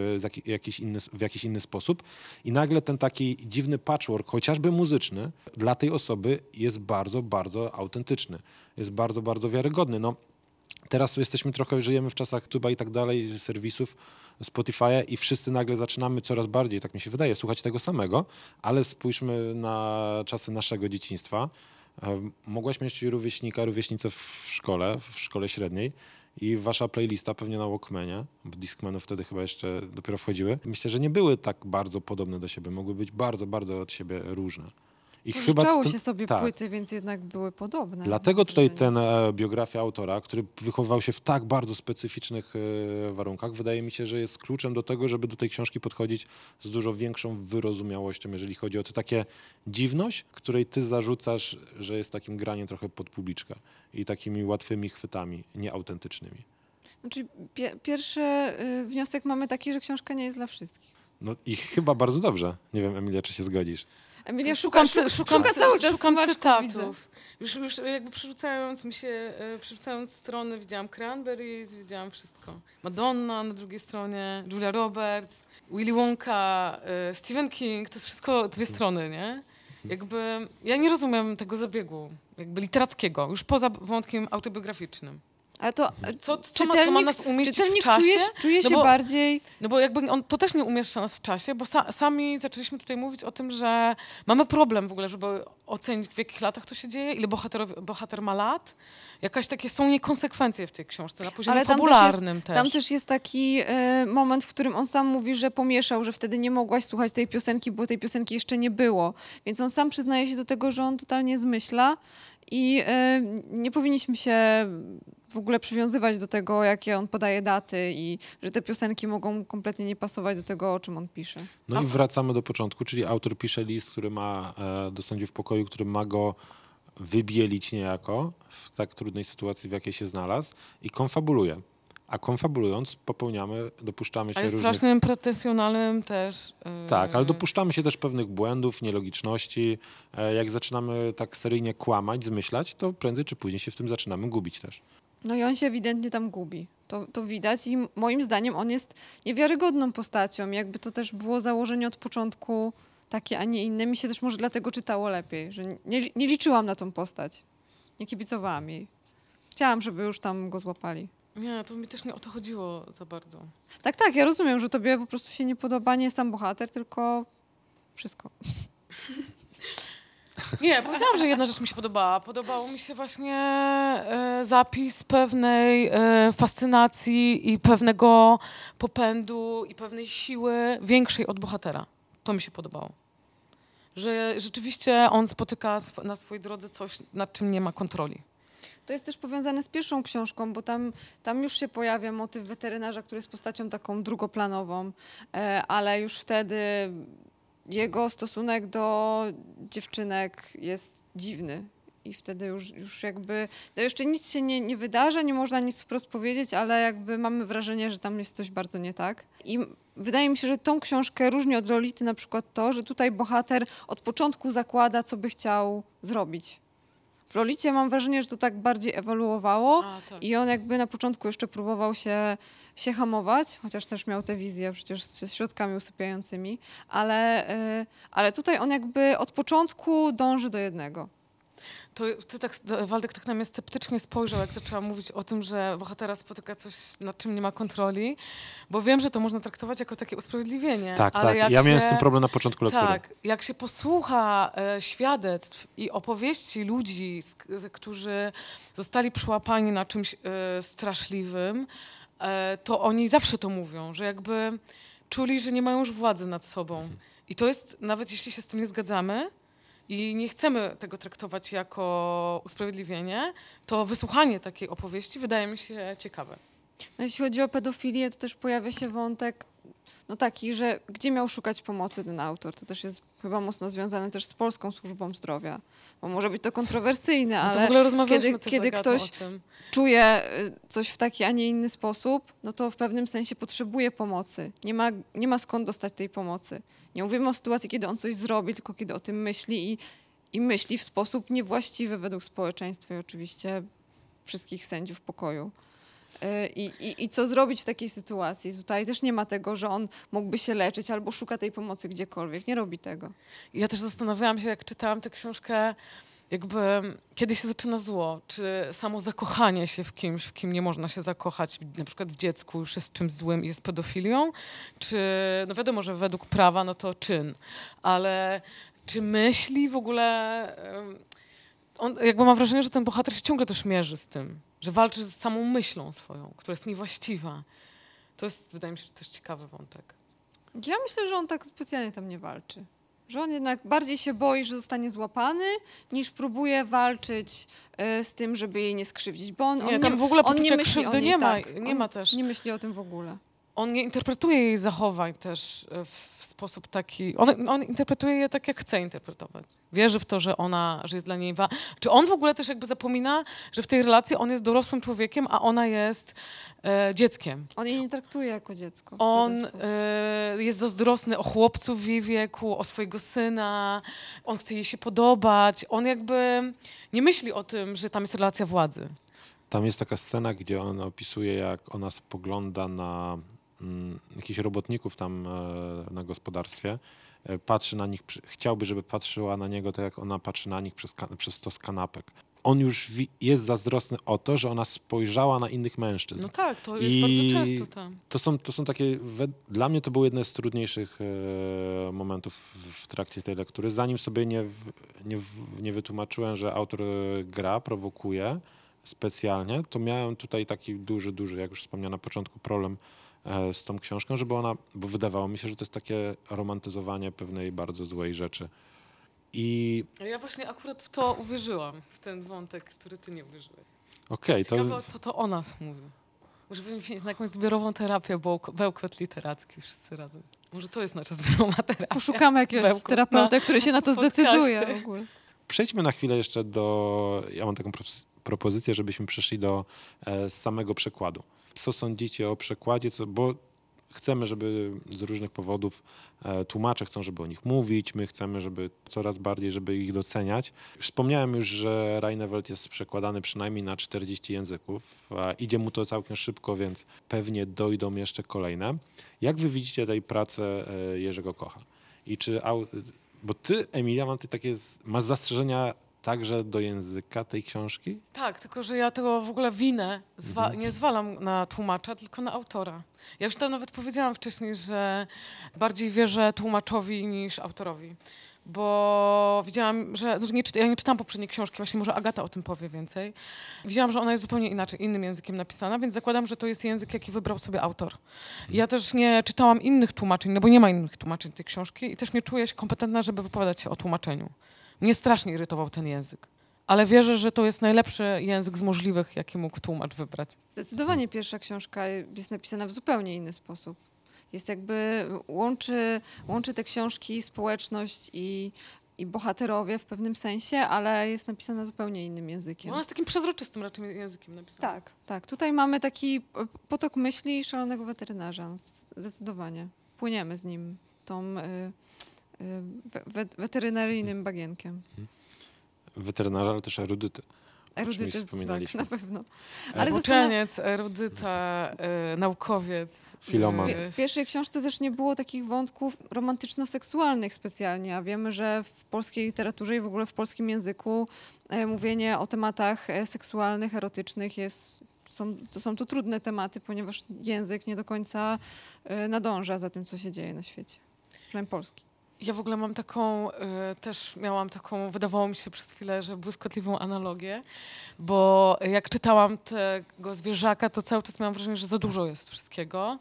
w jakiś inny sposób. I nagle ten taki dziwny patchwork, chociażby muzyczny, dla tej osoby jest bardzo, bardzo autentyczny. Jest bardzo, bardzo wiarygodny. No, teraz tu żyjemy w czasach tuba i tak dalej, serwisów, Spotify'a i wszyscy nagle zaczynamy coraz bardziej, tak mi się wydaje, słuchać tego samego, ale spójrzmy na czasy naszego dzieciństwa. Mogłaś mieć rówieśnicę w szkole średniej i wasza playlista pewnie na Walkmanie, bo Discmanów wtedy chyba jeszcze dopiero wchodziły. Myślę, że nie były tak bardzo podobne do siebie, mogły być bardzo, bardzo od siebie różne. I Pożyczało się sobie tak. płyty, więc jednak były podobne. Dlatego tutaj biografia autora, który wychowywał się w tak bardzo specyficznych warunkach, wydaje mi się, że jest kluczem do tego, żeby do tej książki podchodzić z dużo większą wyrozumiałością, jeżeli chodzi o to takie dziwność, której ty zarzucasz, że jest takim graniem trochę pod publiczkę i takimi łatwymi chwytami, nieautentycznymi. Znaczy, pierwszy wniosek mamy taki, że książka nie jest dla wszystkich. No i chyba bardzo dobrze. Nie wiem, Emilia, czy się zgodzisz. Emilia szuka cały czas szukam smaczków, widzę. cytatów. Już jakby przerzucając strony, widziałam Cranberries, widziałam wszystko. Madonna na drugiej stronie, Julia Roberts, Willy Wonka, Stephen King, to jest wszystko dwie strony, nie? Jakby ja nie rozumiem tego zabiegu jakby literackiego, już poza wątkiem autobiograficznym. Ale to Co ma nas umieścić w czytelnik czasie? czuje się No bo- bardziej... No bo jakby on to też nie umieszcza nas w czasie, bo sami zaczęliśmy tutaj mówić o tym, że mamy problem w ogóle, żeby ocenić, w jakich latach to się dzieje, ile bohater ma lat. Jakaś takie są niekonsekwencje w tej książce na poziomie Ale tam fabularnym też. Tam też jest taki moment, w którym on sam mówi, że pomieszał, że wtedy nie mogłaś słuchać tej piosenki, bo tej piosenki jeszcze nie było. Więc on sam przyznaje się do tego, że on totalnie zmyśla i nie powinniśmy się w ogóle przywiązywać do tego, jakie on podaje daty i że te piosenki mogą kompletnie nie pasować do tego, o czym on pisze. No i wracamy do początku, czyli autor pisze list, który ma do sędziów pokoju, który ma go wybielić niejako w tak trudnej sytuacji, w jakiej się znalazł i konfabuluje. A konfabulując dopuszczamy się A jest różnych... strasznym pretensjonalnym też. Tak, ale dopuszczamy się też pewnych błędów, nielogiczności. Jak zaczynamy tak seryjnie kłamać, zmyślać, to prędzej czy później się w tym zaczynamy gubić też. No i on się ewidentnie tam gubi. To widać i moim zdaniem on jest niewiarygodną postacią. Jakby to też było założenie od początku takie, a nie inne. Mi się też może dlatego czytało lepiej, że nie liczyłam na tą postać. Nie kibicowałam jej. Chciałam, żeby już tam go złapali. Nie, to mi też nie o to chodziło za bardzo. Tak, ja rozumiem, że tobie po prostu się nie podoba, nie jest tam bohater, tylko wszystko. Nie, powiedziałam, że jedna rzecz mi się podobała. Podobał mi się właśnie zapis pewnej fascynacji i pewnego popędu i pewnej siły większej od bohatera. To mi się podobało. Że rzeczywiście on spotyka na swojej drodze coś, nad czym nie ma kontroli. To jest też powiązane z pierwszą książką, bo tam już się pojawia motyw weterynarza, który jest postacią taką drugoplanową, ale już wtedy jego stosunek do dziewczynek jest dziwny. I wtedy już jakby, no jeszcze nic się nie wydarza, nie można nic wprost powiedzieć, ale jakby mamy wrażenie, że tam jest coś bardzo nie tak. I wydaje mi się, że tą książkę różni od Lolity na przykład to, że tutaj bohater od początku zakłada, co by chciał zrobić. W Lolicie mam wrażenie, że to tak bardziej ewoluowało Tak. i on jakby na początku jeszcze próbował się hamować, chociaż też miał tę wizję przecież z środkami usypiającymi, ale tutaj on jakby od początku dąży do jednego. To ty tak, Waldek tak na mnie sceptycznie spojrzał, jak zaczęłam mówić o tym, że bohatera spotyka coś, nad czym nie ma kontroli, bo wiem, że to można traktować jako takie usprawiedliwienie. Tak, ale tak. jak Ja miałem się, z tym problem na początku lektury. Tak, jak się posłucha świadectw i opowieści ludzi, którzy zostali przyłapani na czymś straszliwym, to oni zawsze to mówią, że jakby czuli, że nie mają już władzy nad sobą. I to jest, nawet jeśli się z tym nie zgadzamy, i nie chcemy tego traktować jako usprawiedliwienie, to wysłuchanie takiej opowieści wydaje mi się ciekawe. No, jeśli chodzi o pedofilię, to też pojawia się wątek no taki, że gdzie miał szukać pomocy ten autor. To też jest chyba mocno związane też z Polską Służbą Zdrowia. Bo może być to kontrowersyjne, No to w ale ogóle rozmawialiśmy też kiedy z Agatą ktoś o tym. czuje coś w taki, a nie inny sposób, no to w pewnym sensie potrzebuje pomocy. Nie ma skąd dostać tej pomocy. Nie mówimy o sytuacji, kiedy on coś zrobi, tylko kiedy o tym myśli i myśli w sposób niewłaściwy według społeczeństwa i oczywiście wszystkich sędziów pokoju. I co zrobić w takiej sytuacji? Tutaj też nie ma tego, że on mógłby się leczyć albo szuka tej pomocy gdziekolwiek. Nie robi tego. Ja też zastanawiałam się, jak czytałam tę książkę, jakby kiedy się zaczyna zło, czy samo zakochanie się w kimś, w kim nie można się zakochać, na przykład w dziecku już jest czymś złym i jest pedofilią, czy, no wiadomo, że według prawa no to czyn, ale czy myśli w ogóle, jakby mam wrażenie, że ten bohater się ciągle też mierzy z tym, że walczy z samą myślą swoją, która jest niewłaściwa. To jest, wydaje mi się, też ciekawy wątek. Ja myślę, że on tak specjalnie tam nie walczy. Że on jednak bardziej się boi, że zostanie złapany, niż próbuje walczyć z tym, żeby jej nie skrzywdzić. Bo on Tam w ogóle on nie poczucia myśli krzywdy o niej, nie ma, tak. nie On ma też. Nie myśli o tym w ogóle. On nie interpretuje jej zachowań też w sposób taki... On interpretuje je tak, jak chce interpretować. Wierzy w to, że jest dla niej Czy on w ogóle też jakby zapomina, że w tej relacji on jest dorosłym człowiekiem, a ona jest dzieckiem. On jej nie traktuje jako dziecko. On w żaden sposób. jest zazdrosny o chłopców w jej wieku, o swojego syna. On chce jej się podobać. On jakby nie myśli o tym, że tam jest relacja władzy. Tam jest taka scena, gdzie on opisuje, jak ona spogląda na jakichś robotników tam na gospodarstwie. Patrzy na nich, chciałby, żeby patrzyła na niego tak, jak ona patrzy na nich przez to z kanapek. On już jest zazdrosny o to, że ona spojrzała na innych mężczyzn. No tak, to jest bardzo często tam. To są takie, dla mnie to było jedno z trudniejszych momentów w trakcie tej lektury. Zanim sobie nie wytłumaczyłem, że autor gra, prowokuje specjalnie, to miałem tutaj taki duży, jak już wspomniałem na początku, problem z tą książką, bo wydawało mi się, że to jest takie romantyzowanie pewnej bardzo złej rzeczy. Ja właśnie akurat w to uwierzyłam, w ten wątek, który ty nie uwierzyłeś. Okej, Ciekawe, co to o nas mówi. Może powinniśmy iść na jakąś zbiorową terapię, bełkot literacki wszyscy razem. Może to jest nasza zbiorowa terapia. Poszukamy jakiegoś Bełkot terapeuta, który się na to podcaście. zdecyduje w ogóle. Przejdźmy na chwilę jeszcze ja mam taką propozycję, żebyśmy przeszli do samego przekładu. Co sądzicie o przekładzie? Bo chcemy, żeby z różnych powodów tłumacze chcą, żeby o nich mówić, my chcemy, żeby coraz bardziej, żeby ich doceniać. Wspomniałem już, że Rheinewelt jest przekładany przynajmniej na 40 języków. Idzie mu to całkiem szybko, więc pewnie dojdą jeszcze kolejne. Jak wy widzicie tej pracę Jerzego Kocha? I czy, bo ty, Emilia, masz zastrzeżenia także do języka tej książki? Tak, tylko że ja tego w ogóle winę nie zwalam na tłumacza, tylko na autora. Ja już tam nawet powiedziałam wcześniej, że bardziej wierzę tłumaczowi niż autorowi. Bo widziałam, że ja nie czytałam poprzedniej książki, właśnie może Agata o tym powie więcej. Widziałam, że ona jest zupełnie inaczej, innym językiem napisana, więc zakładam, że to jest język, jaki wybrał sobie autor. Ja też nie czytałam innych tłumaczeń, no bo nie ma innych tłumaczeń tej książki i też nie czuję się kompetentna, żeby wypowiadać się o tłumaczeniu. Mnie strasznie irytował ten język. Ale wierzę, że to jest najlepszy język z możliwych, jaki mógł tłumacz wybrać. Zdecydowanie pierwsza książka jest napisana w zupełnie inny sposób. Jest jakby, łączy te książki, społeczność i bohaterowie w pewnym sensie, ale jest napisana zupełnie innym językiem. Ona jest takim przezroczystym raczej językiem napisana. Tak, tak. Tutaj mamy taki potok myśli szalonego weterynarza. Zdecydowanie. Płyniemy z nim tą weterynaryjnym bagienkiem. Weterynarza, ale też erudyty. Erudyty, tak, wspominaliśmy. na pewno. Ale uczeniec, erudyta, naukowiec. Filoman. W pierwszej książce też nie było takich wątków romantyczno-seksualnych specjalnie, a wiemy, że w polskiej literaturze i w ogóle w polskim języku mówienie o tematach seksualnych, erotycznych są to trudne tematy, ponieważ język nie do końca nadąża za tym, co się dzieje na świecie. Przynajmniej polski. Ja w ogóle mam taką, też miałam taką, wydawało mi się przez chwilę, że błyskotliwą analogię, bo jak czytałam tego zwierzaka, to cały czas miałam wrażenie, że za dużo jest wszystkiego.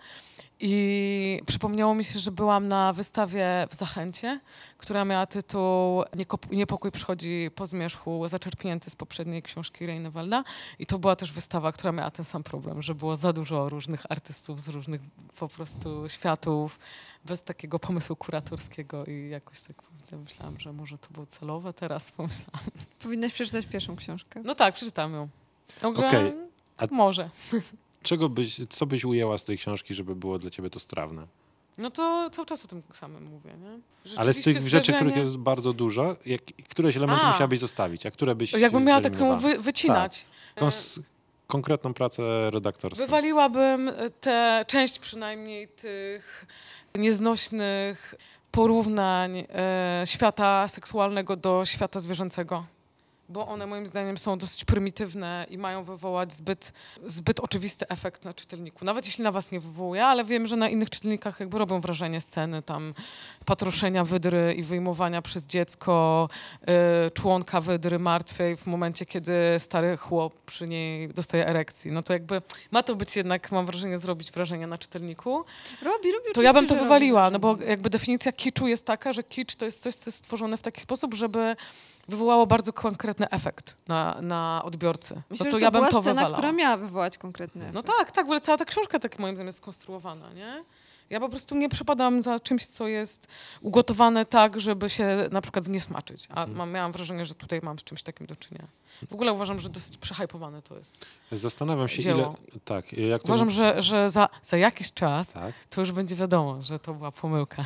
I przypomniało mi się, że byłam na wystawie w Zachęcie, która miała tytuł Niepokój przychodzi po zmierzchu, zaczerpnięty z poprzedniej książki Rheinewelda. I to była też wystawa, która miała ten sam problem, że było za dużo różnych artystów z różnych po prostu światów, bez takiego pomysłu kuratorskiego i jakoś tak myślałam, że może to było celowe, teraz pomyślałam. Powinnaś przeczytać pierwszą książkę. No tak, przeczytam ją. Okej. Może. Co byś ujęła z tej książki, żeby było dla ciebie to strawne? No to cały czas o tym samym mówię, nie? Ale z tych Rzeczywiście rzeczy, zderzenie- których jest bardzo dużo, któreś elementy musiałabyś zostawić, a które byś Jakbym miała taką wyeliminowała? wycinać. Konkretną pracę redaktorską. Wywaliłabym tę część przynajmniej tych nieznośnych porównań świata seksualnego do świata zwierzęcego. Bo one moim zdaniem są dosyć prymitywne i mają wywołać zbyt oczywisty efekt na czytelniku. Nawet jeśli na was nie wywołuje, ale wiem, że na innych czytelnikach jakby robią wrażenie sceny tam patroszenia wydry i wyjmowania przez dziecko członka wydry martwej w momencie, kiedy stary chłop przy niej dostaje erekcji. No to jakby ma to być jednak, mam wrażenie, zrobić wrażenie na czytelniku. Robi To ja bym oczywiście, to że wywaliła, robi no bo wrażenie. jakby definicja kiczu jest taka, że kicz to jest coś, co jest stworzone w taki sposób, żeby wywołało bardzo konkretny efekt na odbiorcy. Myślę, to że to ja bym była to scena, wywalała. która miała wywołać konkretny No efekt. tak, w ogóle cała ta książka tak moim zdaniem jest skonstruowana, nie? Ja po prostu nie przepadam za czymś, co jest ugotowane tak, żeby się na przykład zniesmaczyć. A miałam wrażenie, że tutaj mam z czymś takim do czynienia. W ogóle uważam, że dosyć przehypowane to jest. Zastanawiam się, dzieło. ile... Tak, jak to... Uważam, że za jakiś czas Tak. to już będzie wiadomo, że to była pomyłka.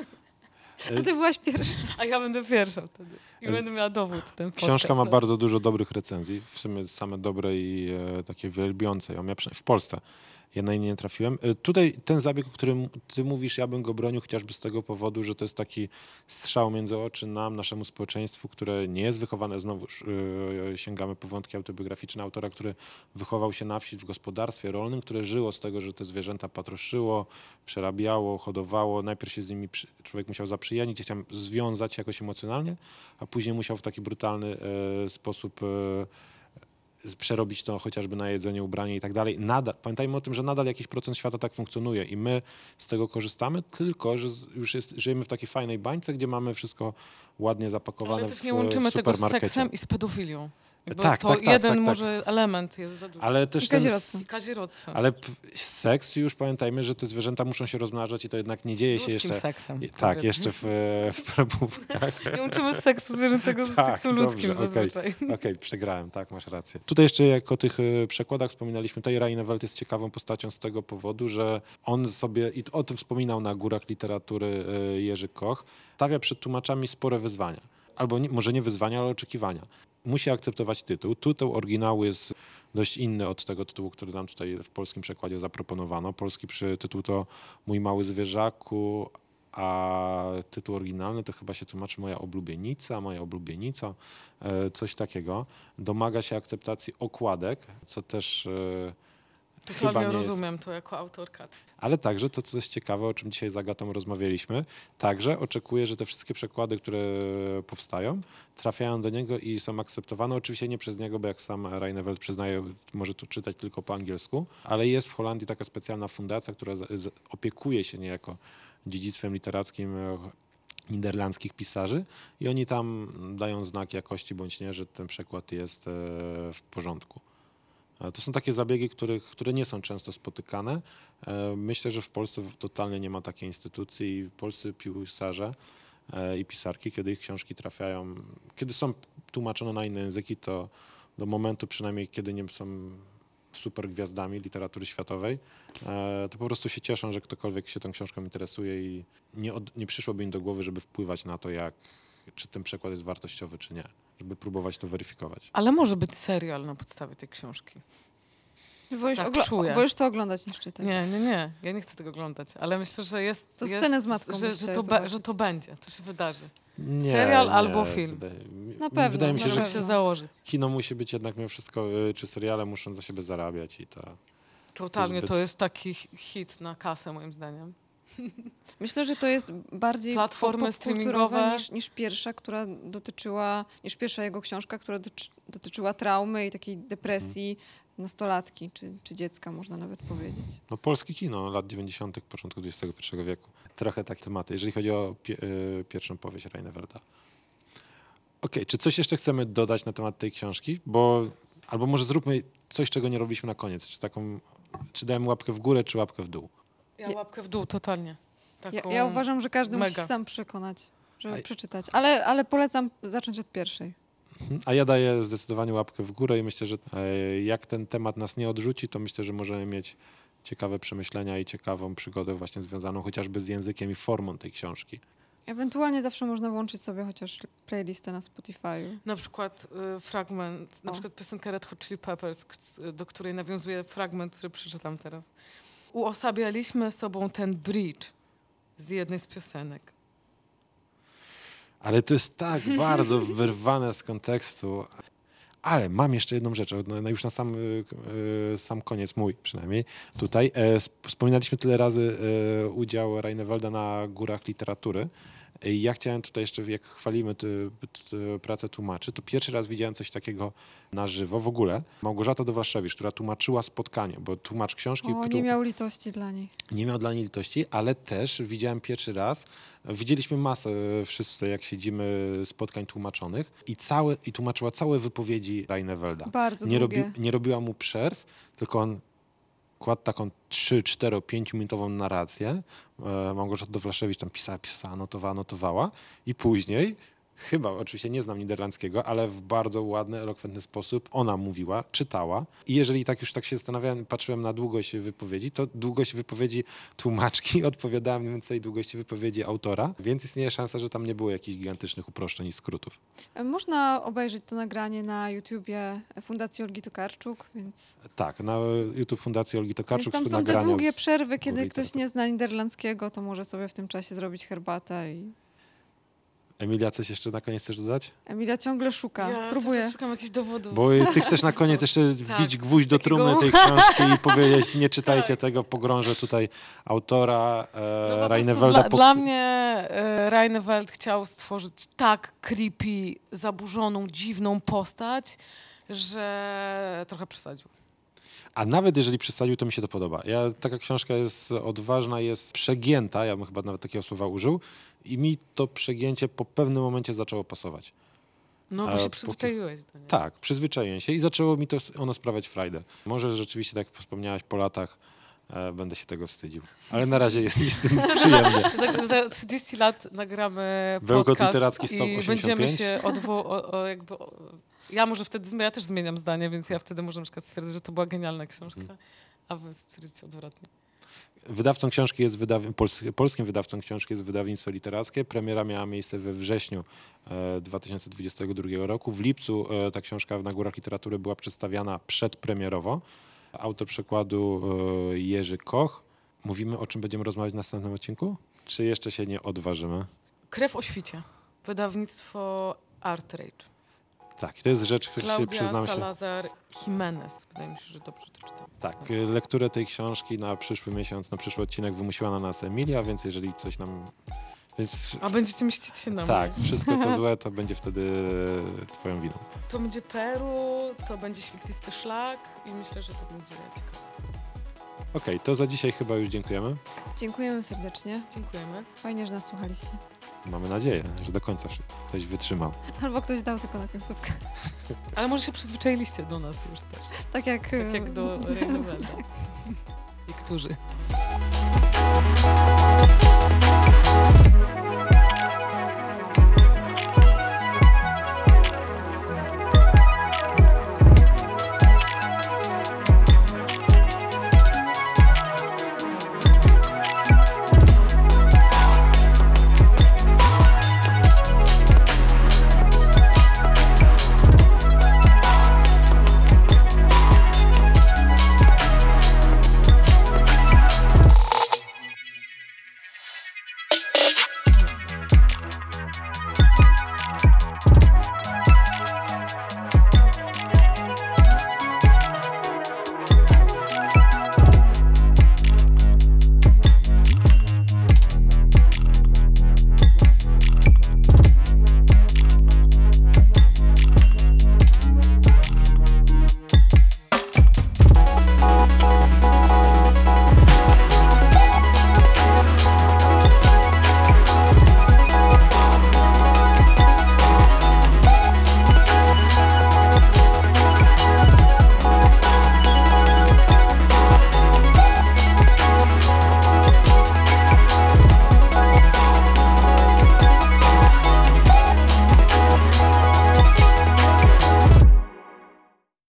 A ty byłaś pierwsza. A ja będę pierwsza wtedy. I będę miała dowód ten podcast. Książka ma bardzo dużo dobrych recenzji, w sumie same dobre i takie wielbiące ją. Ja w Polsce. Ja na innej nie trafiłem. Tutaj ten zabieg, o którym ty mówisz, ja bym go bronił chociażby z tego powodu, że to jest taki strzał między oczy naszemu społeczeństwu, które nie jest wychowane, znowu sięgamy po wątki autobiograficzne autora, który wychował się na wsi w gospodarstwie rolnym, które żyło z tego, że te zwierzęta patroszyło, przerabiało, hodowało. Najpierw się z nimi człowiek musiał zaprzyjaźnić, chciał związać jakoś emocjonalnie, a później musiał w taki brutalny sposób przerobić to chociażby na jedzenie, ubranie i tak dalej. Nadal, pamiętajmy o tym, że nadal jakiś procent świata tak funkcjonuje i my z tego korzystamy, tylko że już żyjemy w takiej fajnej bańce, gdzie mamy wszystko ładnie zapakowane Ale też w nie łączymy tego z supermarkecie. seksem i z pedofilią. Jakby Tak, to tak, tak, jeden tak, tak. może element jest za duży. Ale też I ten, kazirodztwo. I kazirodztwo. ale seks już pamiętajmy, że te zwierzęta muszą się rozmnażać i to jednak nie dzieje Z się ludzkim jeszcze. seksem. Tak, powiedzmy. jeszcze w probówkach. Nie łączymy seksu zwierzęcego z Tak, seksem ludzkim dobrze, okej. zazwyczaj. Okej, przegrałem, tak, masz rację. Tutaj jeszcze jak o tych przekładach wspominaliśmy, tutaj Reinewald jest ciekawą postacią z tego powodu, że on sobie, i o tym wspominał na Górach Literatury Jerzy Koch, stawia przed tłumaczami spore wyzwania. Albo może nie wyzwania, ale oczekiwania. Musi akceptować tytuł. Tytuł oryginału jest dość inny od tego tytułu, który nam tutaj w polskim przekładzie zaproponowano. Polski tytuł to Mój mały zwierzaku, a tytuł oryginalny to chyba się tłumaczy Moja oblubienica, coś takiego. Domaga się akceptacji okładek, co też chyba Totalnie nie jest... rozumiem to jako autorka. Ale także to, co jest ciekawe, o czym dzisiaj z Agatą rozmawialiśmy, także oczekuję, że te wszystkie przekłady, które powstają, trafiają do niego i są akceptowane. Oczywiście nie przez niego, bo jak sam Reinewald przyznaje, może to czytać tylko po angielsku, ale jest w Holandii taka specjalna fundacja, która opiekuje się niejako dziedzictwem literackim niderlandzkich pisarzy i oni tam dają znak jakości bądź nie, że ten przekład jest w porządku. To są takie zabiegi, które nie są często spotykane. Myślę, że w Polsce totalnie nie ma takiej instytucji i polscy pisarze i pisarki, kiedy ich książki trafiają, kiedy są tłumaczone na inne języki, to do momentu przynajmniej, kiedy nie są super gwiazdami literatury światowej, to po prostu się cieszą, że ktokolwiek się tą książką interesuje i nie przyszłoby im do głowy, żeby wpływać na to, czy ten przekład jest wartościowy, czy nie, żeby próbować to weryfikować. Ale może być serial na podstawie tej książki. Tak czuję. Wolisz to oglądać niż czytać. Nie. Ja nie chcę tego oglądać, ale myślę, że jest... To scenę z matką że, byś że, chciała to zobaczyć. że to będzie, to się wydarzy. Nie, Serial albo film. Na pewno, Wydaje mi się, na że Żeby pewno. się założyć. kino musi być jednak mimo wszystko, czy seriale muszą za siebie zarabiać i to... Totalnie, zbyt- to jest taki hit na kasę moim zdaniem. Myślę, że to jest bardziej Platformy popkulturowe streamingowe. niż pierwsza jego książka, która dotyczyła traumy i takiej depresji nastolatki czy dziecka, można nawet powiedzieć. No polskie kino lat 90., początku XXI wieku. Trochę tak tematy, jeżeli chodzi o pierwszą powieść Reinewalda. Okej, czy coś jeszcze chcemy dodać na temat tej książki? Albo może zróbmy coś, czego nie robiliśmy na koniec. Czy dajemy łapkę w górę, czy łapkę w dół? Ja łapkę w dół, totalnie. Ja uważam, że każdy musi mega. sam przekonać, żeby przeczytać. Ale polecam zacząć od pierwszej. A ja daję zdecydowanie łapkę w górę i myślę, że jak ten temat nas nie odrzuci, to myślę, że możemy mieć ciekawe przemyślenia i ciekawą przygodę właśnie związaną chociażby z językiem i formą tej książki. Ewentualnie zawsze można włączyć sobie chociaż playlistę na Spotify. Na przykład fragment, na przykład piosenkę Red Hot Chili Peppers, do której nawiązuje fragment, który przeczytam teraz. Uosabialiśmy sobą ten bridge z jednej z piosenek. Ale to jest tak bardzo wyrwane z kontekstu. Ale mam jeszcze jedną rzecz, już na sam koniec, mój przynajmniej tutaj. Wspominaliśmy tyle razy udział Reinewalda na Górach Literatury. Ja chciałem tutaj jeszcze, jak chwalimy pracę tłumaczy, to pierwszy raz widziałem coś takiego na żywo w ogóle. Małgorzata Dowlaszewicz, która tłumaczyła spotkanie, bo tłumacz książki... Nie miał litości dla niej. Nie miał dla niej litości, ale też widziałem pierwszy raz, widzieliśmy masę wszyscy, jak siedzimy, spotkań tłumaczonych i tłumaczyła całe wypowiedzi Reinewalda. Bardzo długie. Nie robiła mu przerw, tylko on kładł taką 3, 4, 5 minutową narrację. Małgorzata Dowlaszewicz tam pisała, notowała i później, chyba oczywiście nie znam niderlandzkiego, ale w bardzo ładny, elokwentny sposób ona mówiła, czytała i jeżeli tak się zastanawiałem, patrzyłem na długość wypowiedzi, to długość wypowiedzi tłumaczki odpowiadała mniej więcej długości wypowiedzi autora, więc istnieje szansa, że tam nie było jakichś gigantycznych uproszczeń i skrótów. Można obejrzeć to nagranie na YouTubie Fundacji Olgi Tokarczuk, więc... Tak, na YouTube Fundacji Olgi Tokarczuk Więc tam są te nagrania długie z przerwy, kiedy Góry ktoś Literatury. nie zna niderlandzkiego, to może sobie w tym czasie zrobić herbatę i... Emilia, coś jeszcze na koniec chcesz dodać? Emilia ciągle szuka, Ja próbuje. cały czas szukam jakichś dowodów. Bo ty chcesz na koniec jeszcze wbić Tak, gwóźdź do takiego- trumny tej książki i powiedzieć, nie czytajcie Tak. tego, pogrążę tutaj autora No po prostu Reinewalda. Dla mnie Reinewald chciał stworzyć tak creepy, zaburzoną, dziwną postać, że trochę przesadził. A nawet jeżeli przesadził, to mi się to podoba. Taka książka jest odważna, jest przegięta, ja bym chyba nawet takiego słowa użył i mi to przegięcie po pewnym momencie zaczęło pasować. No, bo A się póki- przyzwyczaiłeś do niej. Tak, przyzwyczaiłem się i zaczęło mi to ono sprawiać frajdę. Może rzeczywiście, tak jak wspomniałaś, po latach będę się tego wstydził. Ale na razie jest mi z tym przyjemnie. Za 30 lat nagramy Bełkot podcast literacki Stop i 85. będziemy się ja może wtedy, ja też zmieniam zdanie, więc ja wtedy może na przykład stwierdzę, że to była genialna książka, a wy stwierdzicie odwrotnie. Wydawcą książki jest polskim wydawcą książki jest wydawnictwo literackie. Premiera miała miejsce we wrześniu 2022 roku. W lipcu ta książka na Górach Literatury była przedstawiana przedpremierowo. Autor przekładu Jerzy Koch. Mówimy, o czym będziemy rozmawiać w następnym odcinku? Czy jeszcze się nie odważymy? Krew o świcie. Wydawnictwo Art Rage. Tak, to jest rzecz, która się Klaudia przyznam się. Salazar Jimenez. Wydaje mi się, że dobrze to czytam. Tak, lekturę tej książki na przyszły miesiąc, na przyszły odcinek wymusiła na nas Emilia, więc jeżeli coś nam... Więc A będziecie mścić się na tak, mnie. wszystko co złe, to będzie wtedy twoją winą. To będzie Peru, to będzie świetlisty szlak i myślę, że to będzie ciekawe. Okej, to za dzisiaj chyba już dziękujemy. Dziękujemy serdecznie. Dziękujemy. Fajnie, że nas słuchaliście. Mamy nadzieję, że do końca ktoś wytrzymał. Albo ktoś dał tylko na końcówkę. Ale może się przyzwyczailiście do nas już też. Tak jak Tak jak do Rejnowelda. Niektórzy.